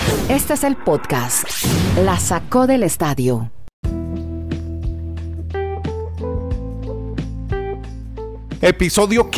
Este es el podcast La Sacó del Estadio. Episodio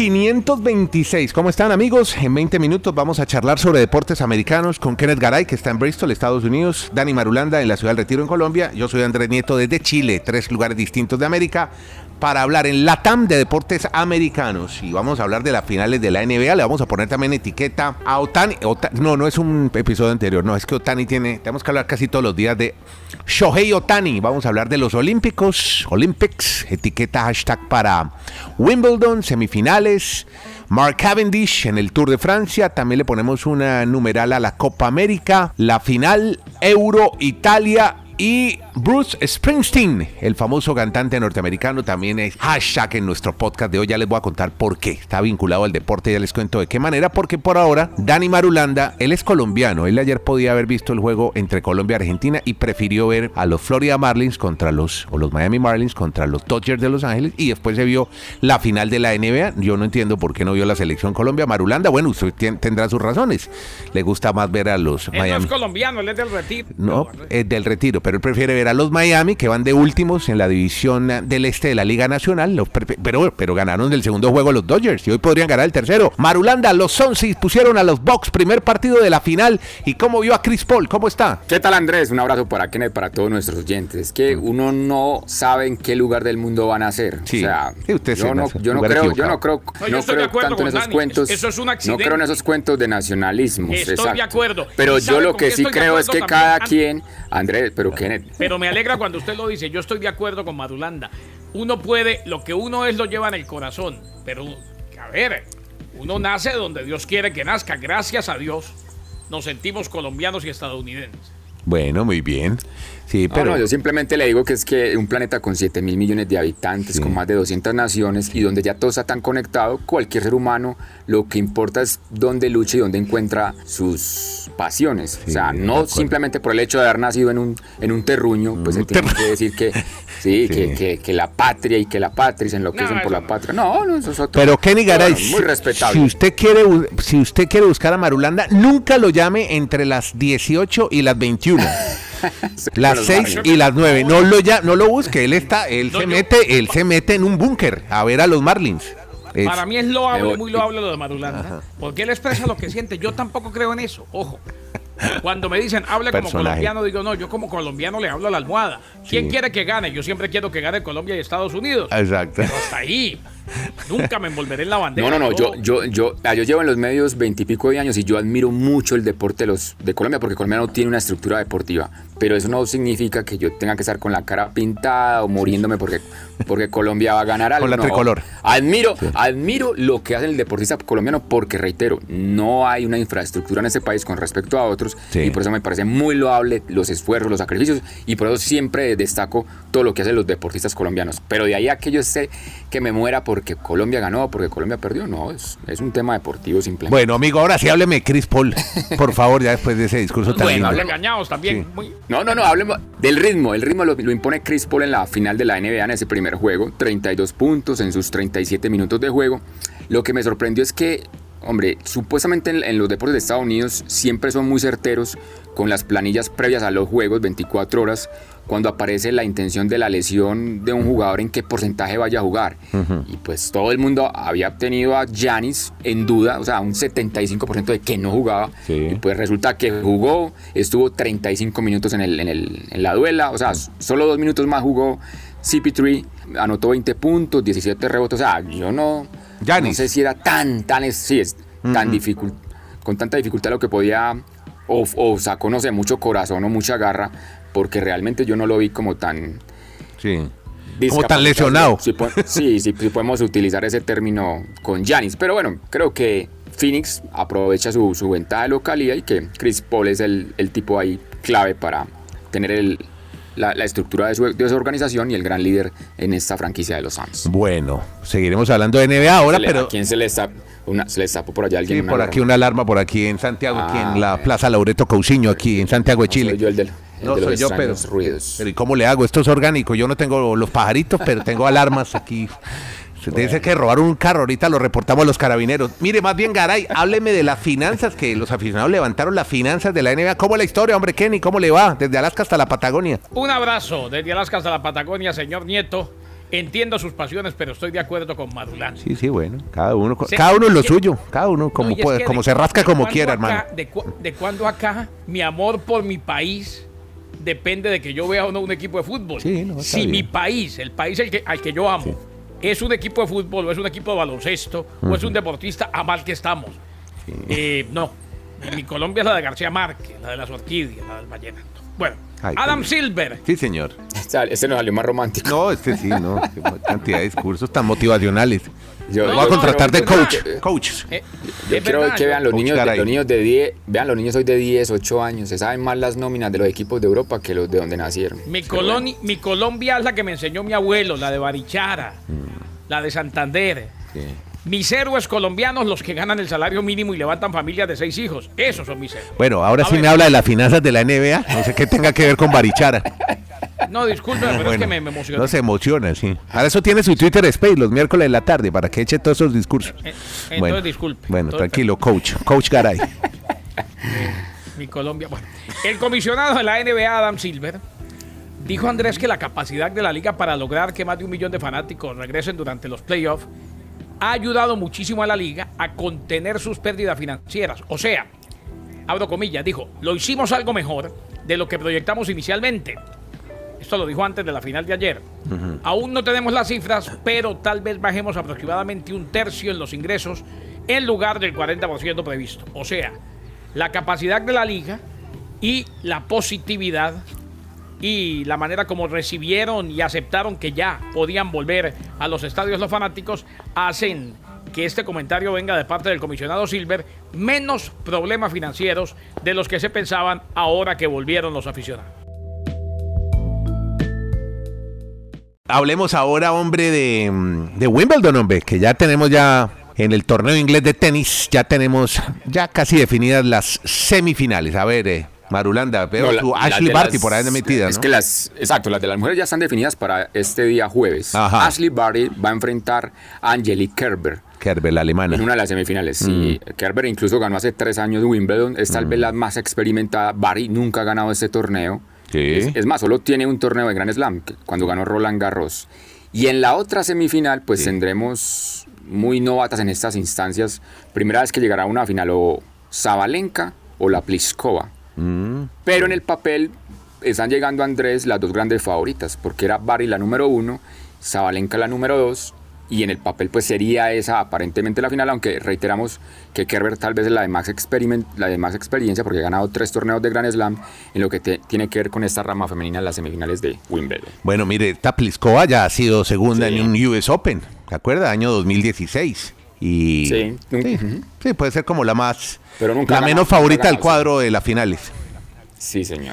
526. ¿Cómo están, amigos? En 20 minutos vamos a charlar sobre deportes americanos con Kenneth Garay, que está en Bristol, Estados Unidos, Dani Marulanda en la Ciudad del Retiro, en Colombia. Yo soy Andrés Nieto desde Chile, 3 lugares distintos de América, para hablar en LATAM de deportes americanos. Y vamos a hablar de las finales de la NBA. Le vamos a poner también etiqueta a Otani. No es un episodio anterior. No, es que Otani tenemos que hablar casi todos los días de Shohei Otani. Vamos a hablar de los Olympics, etiqueta hashtag para Wimbledon, semifinales. Mark Cavendish en el Tour de Francia. También le ponemos una numeral a la Copa América, la final Euro Italia. Y Bruce Springsteen, el famoso cantante norteamericano, también es hashtag en nuestro podcast de hoy. Ya les voy a contar por qué. Está vinculado al deporte, ya les cuento de qué manera. Porque por ahora, Dani Marulanda, él es colombiano. Él ayer podía haber visto el juego entre Colombia y Argentina y prefirió ver a los Florida Marlins contra los Miami Marlins contra los Dodgers de Los Ángeles. Y después se vio la final de la NBA. Yo no entiendo por qué no vio la selección Colombia. Marulanda, bueno, usted tendrá sus razones. Le gusta más ver a los Miami. Él no es colombiano, él es del Retiro. No, es del Retiro, pero él prefiere ver a los Miami, que van de últimos en la división del este de la Liga Nacional, pero ganaron el segundo juego los Dodgers y hoy podrían ganar el tercero. Marulanda, los Suns pusieron a los Bucks, primer partido de la final. ¿Y cómo vio a Chris Paul? ¿Cómo está? ¿Qué tal, Andrés? Un abrazo para Kenneth, para todos nuestros oyentes. Es que uno no sabe en qué lugar del mundo van a nacer. Sí. O sea, sí, usted yo no creo tanto en esos cuentos. Eso es un accidente. No creo en esos cuentos de nacionalismo. Estoy de acuerdo. Pero yo lo que sí creo es que cada quien, Andrés, pero Kenneth. Pero me alegra cuando usted lo dice. Yo estoy de acuerdo con Marulanda. Uno puede, lo que uno es lo lleva en el corazón. Pero, a ver, uno nace donde Dios quiere que nazca. Gracias a Dios nos sentimos colombianos y estadounidenses. Bueno, muy bien. Sí, pero... No, yo simplemente le digo que es que un planeta con 7.000 millones de habitantes, sí, con más de 200 naciones y donde ya todo está tan conectado, cualquier ser humano lo que importa es dónde lucha y dónde encuentra sus pasiones. Sí, o sea, no simplemente por el hecho de haber nacido en un terruño, pues se tiene que decir que sí, sí. Que la patria y que la patria se enloquecen por la patria. No, eso es otro. Pero Kenny Garay, muy respetable. Si usted quiere buscar a Marulanda, nunca lo llame entre las 18 y las 21. Las 6 y las 9. No lo busque. Él se mete en un búnker a ver a los Marlins. Para mí es loable, muy loable lo de Marulanda, porque él expresa lo que siente. Yo tampoco creo en eso, ojo. Cuando me dicen, hable como colombiano, digo, no, yo como colombiano le hablo a la almohada. ¿Quién quiere que gane? Yo siempre quiero que gane Colombia y Estados Unidos. Exacto. Pero hasta ahí, nunca me envolveré en la bandera. No, yo llevo en los medios 20 y pico de años y yo admiro mucho el deporte de Colombia, porque Colombia no tiene una estructura deportiva. Pero eso no significa que yo tenga que estar con la cara pintada o muriéndome porque Colombia va a ganar algo. Con la tricolor. Admiro lo que hace el deportista colombiano, porque reitero, no hay una infraestructura en este país con respecto a otros. Sí. Y por eso me parece muy loable los esfuerzos, los sacrificios, y por eso siempre destaco todo lo que hacen los deportistas colombianos. Pero de ahí a que yo esté que me muera porque Colombia ganó, porque Colombia perdió, no, es un tema deportivo simplemente. Bueno, amigo, ahora sí hábleme de Chris Paul, por favor, ya después de ese discurso tan lindo. Bueno, engañados también. Sí. No, hablemos del ritmo. El ritmo lo impone Chris Paul en la final de la NBA en ese primer juego, 32 puntos en sus 37 minutos de juego. Lo que me sorprendió es que, hombre, supuestamente en los deportes de Estados Unidos siempre son muy certeros con las planillas previas a los juegos, 24 horas, cuando aparece la intención de la lesión de un jugador, en qué porcentaje vaya a jugar. Uh-huh. Y pues todo el mundo había tenido a Giannis en duda, o sea, un 75% de que no jugaba. Sí. Y pues resulta que jugó, estuvo 35 minutos en la duela, o sea, solo 2 minutos más jugó CP3, anotó 20 puntos, 17 rebotes, o sea, yo no sé si era tan difícil, con tanta dificultad lo que podía, o sacó, no sé, mucho corazón o mucha garra, porque realmente yo no lo vi como tan... Sí. Como tan lesionado. Si podemos utilizar ese término con Giannis. Pero bueno, creo que Phoenix aprovecha su ventaja de localidad y que Chris Paul es el tipo ahí clave para tener la estructura de su organización y el gran líder en esta franquicia de los Suns. Bueno, seguiremos hablando de NBA ahora, pero... ¿A quién se le tapó por allá alguien? Sí, por aquí una alarma, por aquí en Santiago, aquí en la Plaza Laureto Cousiño, aquí en Santiago de Chile. Soy yo el de soy yo, pero ¿y cómo le hago? Esto es orgánico, yo no tengo los pajaritos, pero tengo alarmas aquí. Se dice que robaron un carro, ahorita lo reportamos a los carabineros. Mire, más bien, Garay, hábleme de las finanzas, que los aficionados levantaron las finanzas de la NBA. ¿Cómo es la historia, hombre, Kenny? ¿Cómo le va? Desde Alaska hasta la Patagonia. Un abrazo desde Alaska hasta la Patagonia, señor Nieto. Entiendo sus pasiones, pero estoy de acuerdo con Marulanda. Sí, bueno, cada uno es lo suyo, cada uno como puede, como se rasca como quiera, hermano. De cuando acá, mi amor por mi país depende de que yo vea o no un equipo de fútbol. Sí, no, si bien. Mi país, el país al que yo amo, sí, es un equipo de fútbol o es un equipo de baloncesto o es un deportista, a mal que estamos. Sí. No, mi Colombia es la de García Márquez, la de las orquídeas, la del vallenato. Bueno, Adam Silver. Sí, señor. Este nos salió más romántico. No, sí, no. Qué cantidad de discursos tan motivacionales. Voy a contratar de coaches. Yo quiero que vean los niños de 10, vean los niños hoy de 10, 8 años, se saben más las nóminas de los equipos de Europa que los de donde nacieron. Mi Colombia es la que me enseñó mi abuelo, la de Barichara, la de Santander. Sí. Mis héroes colombianos, los que ganan el salario mínimo y levantan familias de 6 hijos. Esos son mis héroes. Bueno, ahora sí me habla de las finanzas de la NBA. No sé qué tenga que ver con Barichara. No, disculpe, pero bueno, es que me emociona. No se emociona, sí. Ahora eso tiene su Twitter Space los miércoles de la tarde para que eche todos esos discursos. Entonces, disculpe. Bueno, tranquilo, Coach Garay. Mi Colombia. Bueno, el comisionado de la NBA, Adam Silver, dijo a Andrés que la capacidad de la liga para lograr que más de 1 millón de fanáticos regresen durante los playoffs ha ayudado muchísimo a la liga a contener sus pérdidas financieras. O sea, abro comillas, dijo, lo hicimos algo mejor de lo que proyectamos inicialmente. Esto lo dijo antes de la final de ayer. Aún no tenemos las cifras, pero tal vez bajemos aproximadamente 1/3 en los ingresos en lugar del 40% previsto. O sea, la capacidad de la liga y la positividad y la manera como recibieron y aceptaron que ya podían volver a los estadios los fanáticos hacen que este comentario venga de parte del comisionado Silver, menos problemas financieros de los que se pensaban ahora que volvieron los aficionados. Hablemos ahora, hombre, de Wimbledon, hombre, que ya tenemos en el torneo inglés de tenis, ya tenemos casi definidas las semifinales. A ver, Marulanda, veo tu Ashley Barty por ahí metida, ¿no? Es que las de las mujeres ya están definidas para este día jueves. Ajá. Ashley Barty va a enfrentar a Angelique Kerber. Kerber, la alemana. En una de las semifinales, sí. Kerber incluso ganó hace 3 años de Wimbledon, es tal vez la más experimentada. Barty nunca ha ganado este torneo. Sí. Es más, solo tiene un torneo de Grand Slam, cuando ganó Roland Garros. Y en la otra semifinal, pues tendremos muy novatas en estas instancias. Primera vez que llegará a una final o Sabalenka o la Pliskova. Pero en el papel están llegando, Andrés, las 2 grandes favoritas, porque era Barty la número 1, Sabalenka la número 2, y en el papel pues sería esa aparentemente la final, aunque reiteramos que Kerber tal vez es la de más experiencia, porque ha ganado 3 torneos de Grand Slam en lo que tiene que ver con esta rama femenina en las semifinales de Wimbledon. Bueno, mire, esta Pliskova ya ha sido segunda en un US Open, ¿se acuerda? Año 2016. Y sí, puede ser como la más, pero nunca la menos favorita del cuadro de las finales. Sí, señor.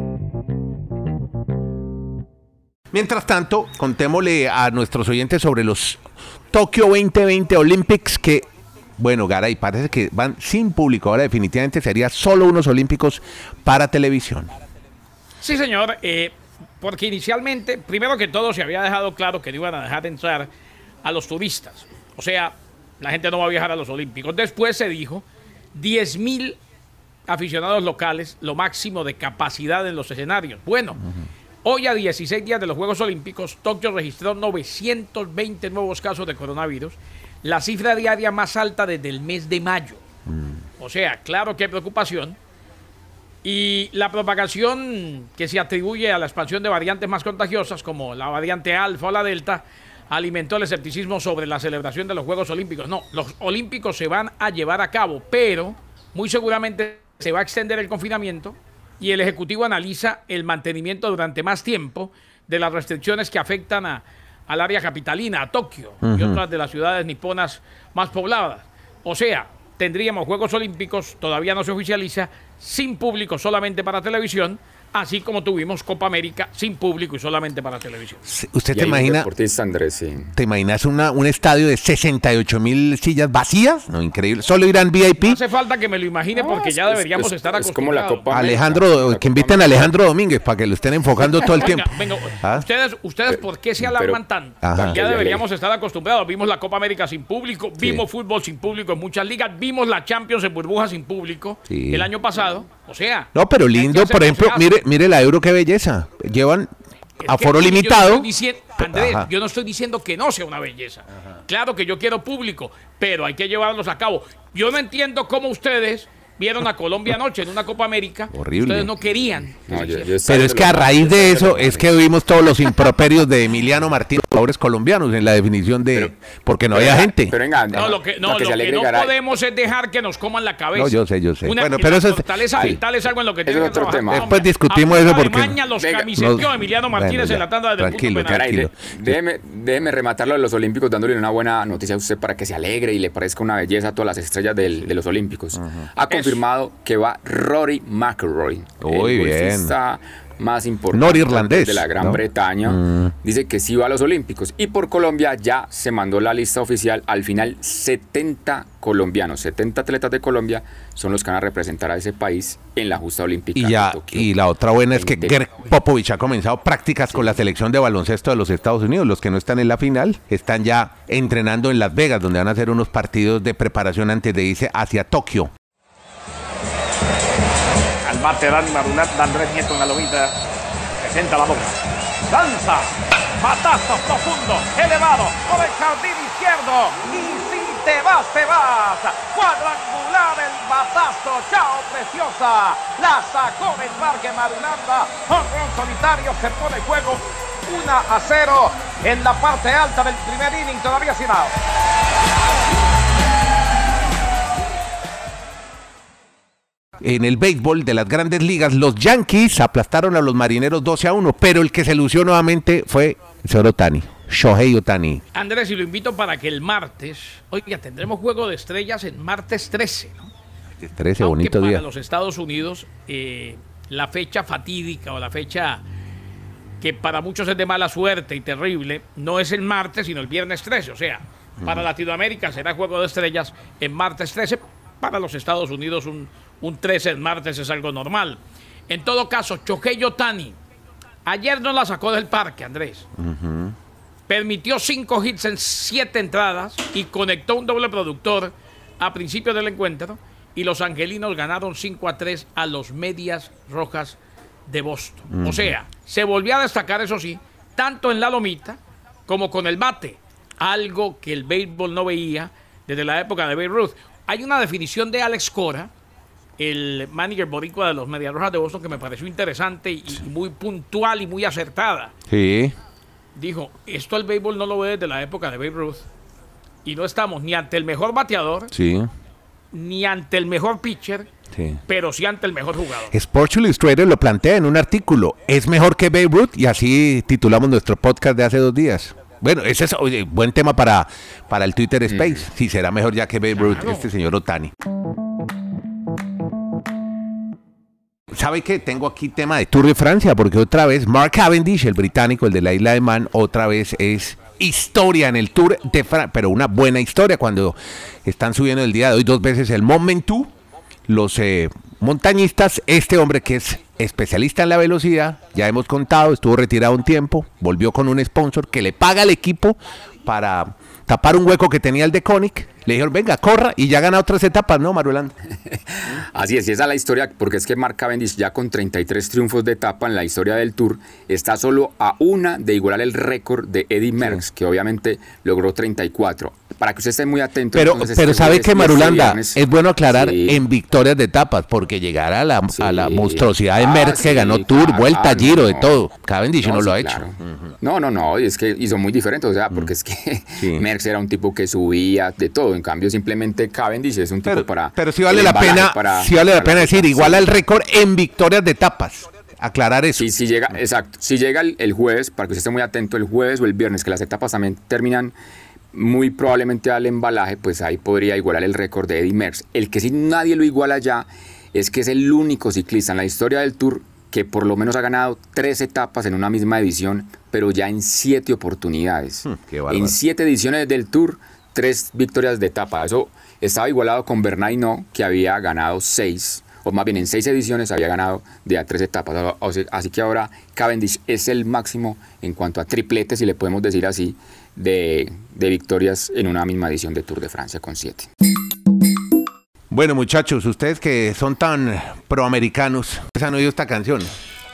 Mientras tanto, contémosle a nuestros oyentes sobre los Tokio 2020 Olympics, que, bueno, Garay, parece que van sin público. Ahora definitivamente sería solo unos olímpicos para televisión. Sí, señor, porque inicialmente, primero que todo, se había dejado claro que no iban a dejar de entrar a los turistas. O sea, la gente no va a viajar a los olímpicos. Después se dijo 10,000 aficionados locales, lo máximo de capacidad en los escenarios. Bueno, hoy a 16 días de los Juegos Olímpicos, Tokio registró 920 nuevos casos de coronavirus, la cifra diaria más alta desde el mes de mayo. O sea, claro que hay preocupación. Y la propagación que se atribuye a la expansión de variantes más contagiosas, como la variante Alfa o la Delta, alimentó el escepticismo sobre la celebración de los Juegos Olímpicos. No, los Olímpicos se van a llevar a cabo, pero muy seguramente se va a extender el confinamiento y el Ejecutivo analiza el mantenimiento durante más tiempo de las restricciones que afectan al área capitalina, a Tokio y otras de las ciudades niponas más pobladas. O sea, tendríamos Juegos Olímpicos, todavía no se oficializa, sin público, solamente para televisión, así como tuvimos Copa América sin público y solamente para televisión. ¿Usted te imagina? Andrés, sí. ¿Te imaginas un estadio de 68.000 sillas vacías? No, increíble. Solo irán VIP. No hace falta que me lo imagine porque ya deberíamos estar acostumbrados. Es como la Copa Alejandro, que inviten a Alejandro Domínguez para que lo estén enfocando todo el tiempo. Venga, ¿Ustedes por qué se alarman tanto? Ya deberíamos estar acostumbrados. Vimos la Copa América sin público, vimos fútbol sin público en muchas ligas, vimos la Champions en burbuja sin público el año pasado. O sea... No, pero lindo, por ejemplo, mire la Euro, qué belleza. Llevan aforo limitado. Andrés, yo no estoy diciendo que no sea una belleza. Claro que yo quiero público, pero hay que llevarlos a cabo. Yo no entiendo cómo ustedes vieron a Colombia anoche en una Copa América. Horrible. Ustedes no querían. Pero es que a raíz de eso es que vimos todos los improperios de Emiliano Martínez, jugadores colombianos, en la definición de... porque no había gente. Pero venga, lo que no podemos es dejar que nos coman la cabeza. No, yo sé. Bueno, pero eso es... fortaleza mental es algo en lo que tiene que otro trabajar. tema. Después discutimos eso porque... Alemania los camiseteó Emiliano Martínez en la tanda de punto penal. Déjeme rematarlo de los Olímpicos dándole una buena noticia a usted para que se alegre y le parezca una belleza a todas las estrellas de los Olímpicos. Ha confirmado que va Rory McIlroy, el golfista más importante de la Gran Bretaña. Dice que sí va a los Olímpicos. Y por Colombia ya se mandó la lista oficial. Al final 70 colombianos, 70 atletas de Colombia son los que van a representar a ese país en la justa olímpica de Tokio. Y la otra buena es que Greg Popovich ha comenzado prácticas con la selección de baloncesto de los Estados Unidos. Los que no están en la final están ya entrenando en Las Vegas, donde van a hacer unos partidos de preparación antes de irse hacia Tokio. Al bate Dani Marulanda, Andrés Nieto en la lomita, presenta la boca, lanza, batazo profundo, elevado, por el jardín izquierdo, y si te vas, cuadrangular el batazo, chao preciosa, la sacó del parque Marulanda, honrón solitario que pone el juego 1-0 en la parte alta del primer inning, todavía sin out. En el béisbol de las Grandes Ligas, los Yankees aplastaron a los Marineros 12-1, pero el que se lució nuevamente fue el señor Ohtani, Shohei Ohtani. Andrés, y lo invito para que el martes, oiga, tendremos Juego de Estrellas en martes 13, ¿no? 13, bonito día. Para los Estados Unidos, la fecha fatídica o la fecha que para muchos es de mala suerte y terrible, no es el martes, sino el viernes 13. O sea, para Latinoamérica será Juego de Estrellas en martes 13, para los Estados Unidos un 13 en martes es algo normal. En todo caso, Shohei Ohtani ayer no la sacó del parque, Andrés. Permitió 5 hits en 7 entradas y conectó un doble productor a principios del encuentro. Y los angelinos ganaron 5-3 a los Medias Rojas de Boston. O sea, se volvió a destacar, eso sí, tanto en la lomita como con el bate. Algo que el béisbol no veía desde la época de Babe Ruth. Hay una definición de Alex Cora, el manager boricua de los Medias Rojas de Boston, que me pareció interesante y muy puntual y muy acertada. Sí. Dijo, esto el béisbol no lo ve desde la época de Babe Ruth. Y no estamos ni ante el mejor bateador, ni ante el mejor pitcher, pero sí ante el mejor jugador. Sports Illustrated lo plantea en un artículo. Es mejor que Babe Ruth, y así titulamos nuestro podcast de hace 2 días. Bueno, ese es buen tema para el Twitter Space. Si será mejor ya que Babe Ruth, este señor Ohtani. ¿Sabe qué? Tengo aquí tema de Tour de Francia, porque otra vez Mark Cavendish, el británico, el de la isla de Man, otra vez es historia en el Tour de Francia, pero una buena historia cuando están subiendo el día de hoy 2 veces el Mont Ventoux. Los montañistas, este hombre que es especialista en la velocidad, ya hemos contado, estuvo retirado un tiempo, volvió con un sponsor que le paga al equipo para tapar un hueco que tenía el de Koenig. Le dijeron, venga, corra, y ya gana otras etapas, ¿no, Marulanda? Así es, y esa es la historia, porque es que Mark Cavendish, ya con 33 triunfos de etapa en la historia del Tour, está solo a una de igualar el récord de Eddy Merckx, que obviamente logró 34. Para que usted esté muy atento. Pero sabe que, Marulanda, es bueno aclarar en victorias de etapas, porque llegar a la monstruosidad de Merckx, que ganó Tour, Vuelta, Giro, de todo. Cavendish no lo ha hecho. No, es que hizo muy diferente, o sea, porque es que Merckx era un tipo que subía de todo. En cambio, simplemente Cavendish es un tipo pero sí vale la pena decir, igual al récord en victorias de etapas. Aclarar eso. Si llega el jueves, para que usted esté muy atento, el jueves o el viernes, que las etapas también terminan muy probablemente al embalaje, pues ahí podría igualar el récord de Eddy Merckx. El que sí nadie lo iguala ya es que es el único ciclista en la historia del Tour que por lo menos ha ganado 3 etapas en una misma edición, pero ya en 7 oportunidades. En 7 ediciones del Tour, 3 victorias de etapa. Eso estaba igualado con Bernard Hinault, que había ganado 6, o más bien en 6 ediciones había ganado de a 3 etapas. Así que ahora Cavendish es el máximo en cuanto a tripletes, si le podemos decir así, de victorias en una misma edición de Tour de Francia con 7. Bueno, muchachos, ustedes que son tan proamericanos, ¿han oído esta canción?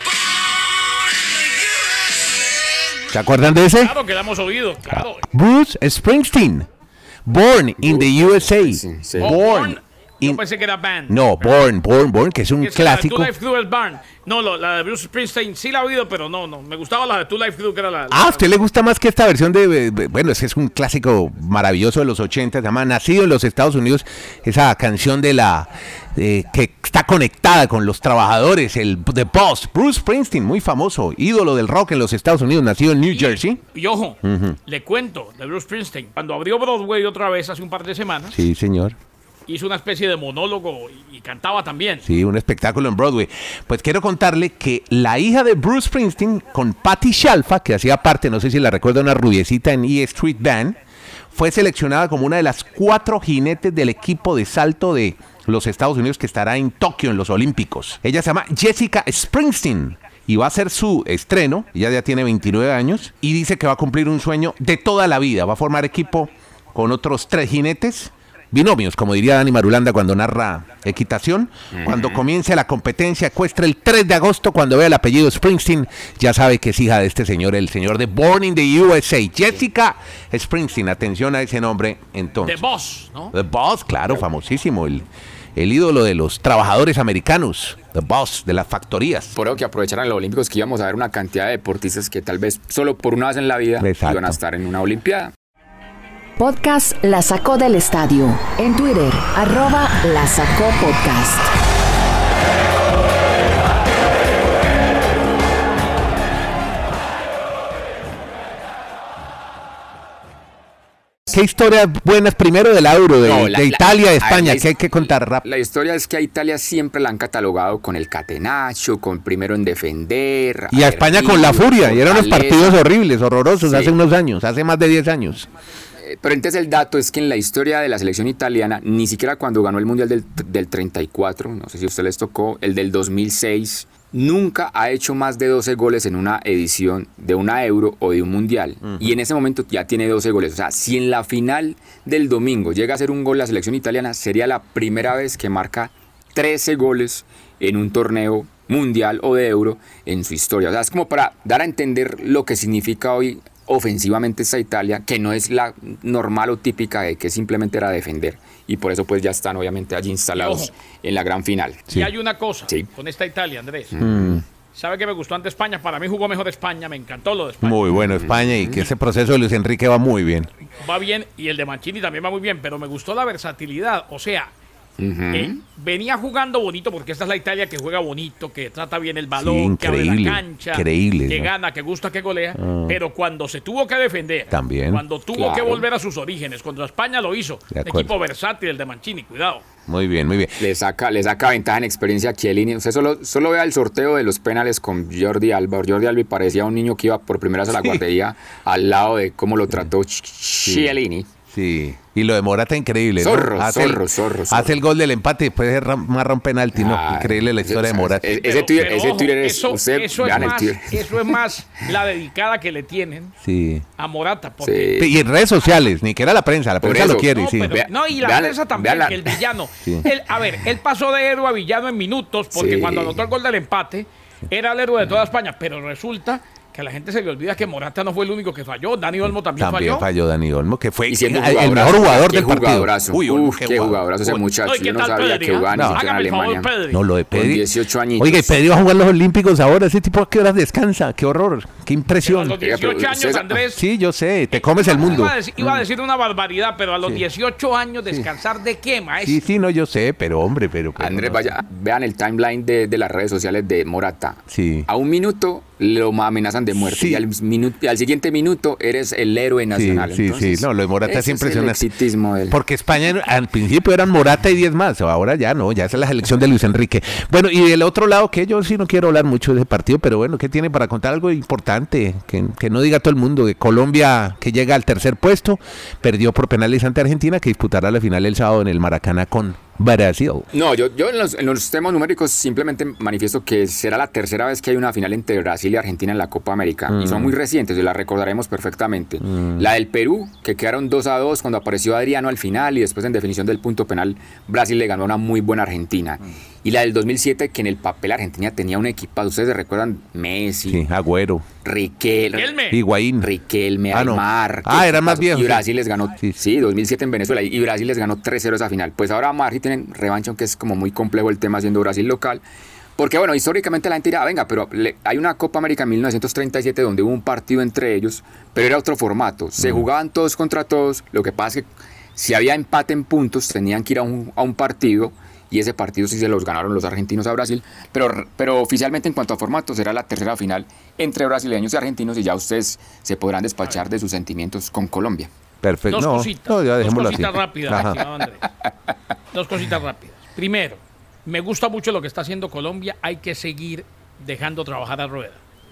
¿Se acuerdan de ese? Claro que la hemos oído, claro. Bruce Springsteen, Born in the USA. Sí. Born. Yo pensé que era Band. No, Born, que es un clásico. La de Two Life Crew es Band. No, la de Bruce Springsteen sí la he oído, pero no. Me gustaba la de Two Life Crew, que era la... ¿A usted le gusta más que esta versión de... Bueno, es un clásico maravilloso de los 80, se llama Nacido en los Estados Unidos, esa canción de la... que está conectada con los trabajadores, The Boss, Bruce Springsteen, muy famoso, ídolo del rock en los Estados Unidos, nacido en New Jersey. Y ojo, le cuento de Bruce Springsteen, cuando abrió Broadway otra vez hace un par de semanas... Sí, señor. Hizo una especie de monólogo y cantaba también. Sí, un espectáculo en Broadway. Pues quiero contarle que la hija de Bruce Springsteen, con Patti Scialfa, que hacía parte, no sé si la recuerda, una rubiecita en E Street Band, fue seleccionada como una de las 4 jinetes del equipo de salto de los Estados Unidos que estará en Tokio en los Olímpicos. Ella se llama Jessica Springsteen y va a ser su estreno. Ella ya tiene 29 años y dice que va a cumplir un sueño de toda la vida. Va a formar equipo con otros 3 jinetes. Binomios, como diría Dani Marulanda cuando narra equitación. Cuando comience la competencia ecuestre el 3 de agosto, cuando vea el apellido Springsteen, ya sabe que es hija de este señor, el señor de Born in the USA, Jessica Springsteen. Atención a ese nombre entonces. The Boss, ¿no? The Boss, claro, famosísimo, el ídolo de los trabajadores americanos, The Boss, de las factorías. Por eso que aprovecharan los Olímpicos, que íbamos a ver una cantidad de deportistas que tal vez solo por una vez en la vida iban a estar en una Olimpiada. Podcast La Sacó del Estadio. En Twitter, @La Sacó Podcast. ¿Qué historias buenas primero del Euro, de Italia, de España? ¿Qué hay que contar rápido? La historia es que a Italia siempre la han catalogado con el catenaccio, con primero en defender. Y a España con la furia, y eran unos partidos horribles, horrorosos, hace unos años, hace más de 10 años. Pero entonces el dato es que en la historia de la selección italiana, ni siquiera cuando ganó el Mundial del 34, no sé si a usted les tocó, el del 2006, nunca ha hecho más de 12 goles en una edición de una Euro o de un Mundial. Y en ese momento ya tiene 12 goles. O sea, si en la final del domingo llega a hacer un gol la selección italiana, sería la primera vez que marca 13 goles en un torneo mundial o de Euro en su historia. O sea, es como para dar a entender lo que significa hoy ofensivamente esta Italia, que no es la normal o típica de que simplemente era defender, y por eso pues ya están obviamente allí instalados en la gran final. Sí. Y hay una cosa con esta Italia, Andrés. ¿Sabe que me gustó ante España? Para mí jugó mejor España, me encantó lo de España. Muy bueno España, y que ese proceso de Luis Enrique va muy bien. Va bien, y el de Mancini también va muy bien, pero me gustó la versatilidad, o sea... venía jugando bonito, porque esta es la Italia que juega bonito, que trata bien el balón, que abre la cancha, que gana, que gusta, que golea, pero cuando se tuvo que defender, cuando tuvo que volver a sus orígenes, contra España lo hizo. Equipo versátil el de Mancini, cuidado. Muy bien, muy bien. Le saca ventaja en experiencia a Chiellini. Usted solo vea el sorteo de los penales con Jordi Alba. Jordi Alba parecía un niño que iba por primera vez a la guardería al lado de cómo lo trató Chiellini. Sí, y lo de Morata increíble, ¿no? Zorro. Hace el gol del empate y después marra un penalti, ¿no? Increíble la historia de Morata. Ese Twitter es... Eso es más la dedicada que le tienen a Morata. Porque... Y en redes sociales, ni que era la prensa lo quiere. Y la prensa también, que el villano. Él pasó de héroe a villano en minutos, porque cuando anotó el gol del empate, era el héroe de toda España, pero resulta... que a la gente se le olvida que Morata no fue el único que falló. Dani Olmo también falló. También falló Dani Olmo, que fue el mejor jugador del partido. Qué jugadorazo ese muchacho. Yo no sabía que jugaba ni siquiera en Alemania. No, lo de Pedri. Con 18 añitos. Oiga, y Pedri va a jugar los Olímpicos ahora. Ese tipo, ¿a qué horas descansa? Qué horror, qué impresión. A los 18 años, Andrés. Sí, yo sé, te comes el mundo. Iba a decir una barbaridad, pero a los 18 años, ¿descansar de qué, maestro? Sí, no, yo sé, pero hombre, pero Andrés, vean el timeline de las redes sociales de Morata. Sí. A un minuto lo amenazan de muerte. Sí. Y al siguiente minuto eres el héroe nacional. Sí, Entonces, sí. No, lo de Morata es impresionante. Es el exitismo de él. Porque España al principio eran Morata y 10 más, ahora ya no, ya es la selección de Luis Enrique. Bueno, y del otro lado, que yo sí no quiero hablar mucho de ese partido, pero bueno, ¿qué tiene para contar algo importante? Que no diga todo el mundo, de Colombia, que llega al tercer puesto, perdió por penales ante Argentina, que disputará la final el sábado en el Maracaná con Brasil. No, yo en los temas numéricos simplemente manifiesto que será la tercera vez que hay una final entre Brasil y Argentina en la Copa América. Y son muy recientes, y la recordaremos perfectamente. La del Perú, que quedaron 2-2 cuando apareció Adriano al final y después en definición del punto penal, Brasil le ganó a una muy buena Argentina. Y la del 2007, que en el papel Argentina tenía un equipazo. Ustedes se recuerdan Messi, Sí, Agüero, Riquelme, Higuaín. Riquelme, Ah, no. Aymar. Eran más viejos. Y Brasil les ganó, Sí. sí, 2007 en Venezuela, y Brasil les ganó 3-0 esa final. Pues ahora vamos a ver si tienen revancha, aunque es como muy complejo el tema siendo Brasil local. Porque bueno, históricamente la gente dirá, venga, pero hay una Copa América en 1937 donde hubo un partido entre ellos, pero era otro formato. Se jugaban todos contra todos. Lo que pasa es que si había empate en puntos, tenían que ir a un partido, y ese partido sí se los ganaron los argentinos a Brasil, pero oficialmente en cuanto a formato será la tercera final entre brasileños y argentinos, y ya ustedes se podrán despachar de sus sentimientos con Colombia. Perfecto. Dos cositas, no, ya dos dejémoslo cositas así. rápidas, Ajá. estimado Andrés. Dos cositas rápidas. Primero, me gusta mucho lo que está haciendo Colombia, hay que seguir dejando trabajar a Rueda.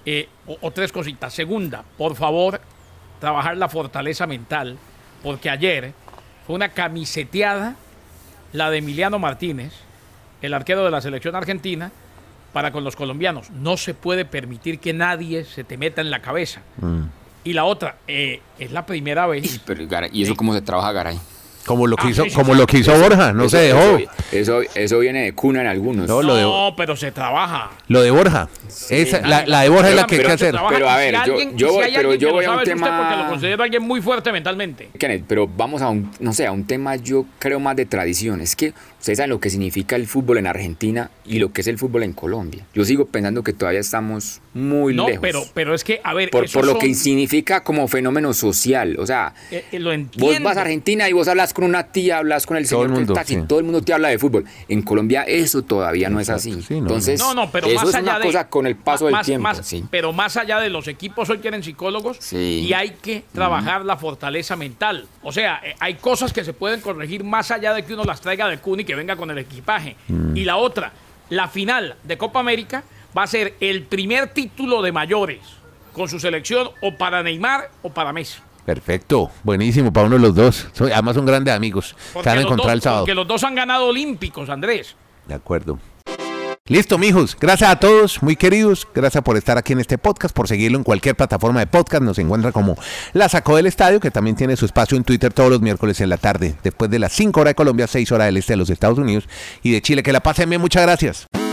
O tres cositas. Segunda, por favor, trabajar la fortaleza mental, porque ayer fue una camiseteada la de Emiliano Martínez, el arquero de la selección argentina, para con los colombianos. No se puede permitir que nadie se te meta en la cabeza. Y la otra, es la primera vez. Pero, Garay, ¿y eso cómo se trabaja, Garay? Como lo que hizo, sí, sí, como sí. lo que hizo Borja, no se dejó. Eso viene de cuna en algunos. No, No, pero se trabaja. Lo de Borja. La de Borja es la que hay que hacer. Pero a ver, yo voy a un tema. Porque lo considero alguien muy fuerte mentalmente. Kenneth, pero vamos a un tema, yo creo, más de tradición. Es que ustedes saben lo que significa el fútbol en Argentina y lo que es el fútbol en Colombia. Yo sigo pensando que todavía estamos muy lejos. No, pero es que, a ver... Por lo que significa como fenómeno social. O sea, lo entiendo. vos vas a Argentina y vos hablas con una tía, hablas con el señor del taxi, todo el mundo te habla de fútbol. En Colombia eso todavía no es así. Sí, no, Entonces, pero eso más es allá una cosa con el paso del tiempo. Pero más allá de los equipos, hoy tienen psicólogos y hay que trabajar la fortaleza mental. O sea, hay cosas que se pueden corregir más allá de que uno las traiga de cuna y que venga con el equipaje. Y la otra, la final de Copa América va a ser el primer título de mayores con su selección o para Neymar o para Messi. Perfecto, buenísimo para uno de los dos. Además son grandes amigos. Se van a encontrar el sábado. Porque los dos han ganado olímpicos, Andrés. De acuerdo. Listo, mijos. Gracias a todos, muy queridos. Gracias por estar aquí en este podcast, por seguirlo en cualquier plataforma de podcast. Nos encuentra como La Sacó del Estadio, que también tiene su espacio en Twitter todos los miércoles en la tarde, después de las 5 horas de Colombia, 6 horas del este de los Estados Unidos y de Chile. Que la pasen bien, muchas gracias.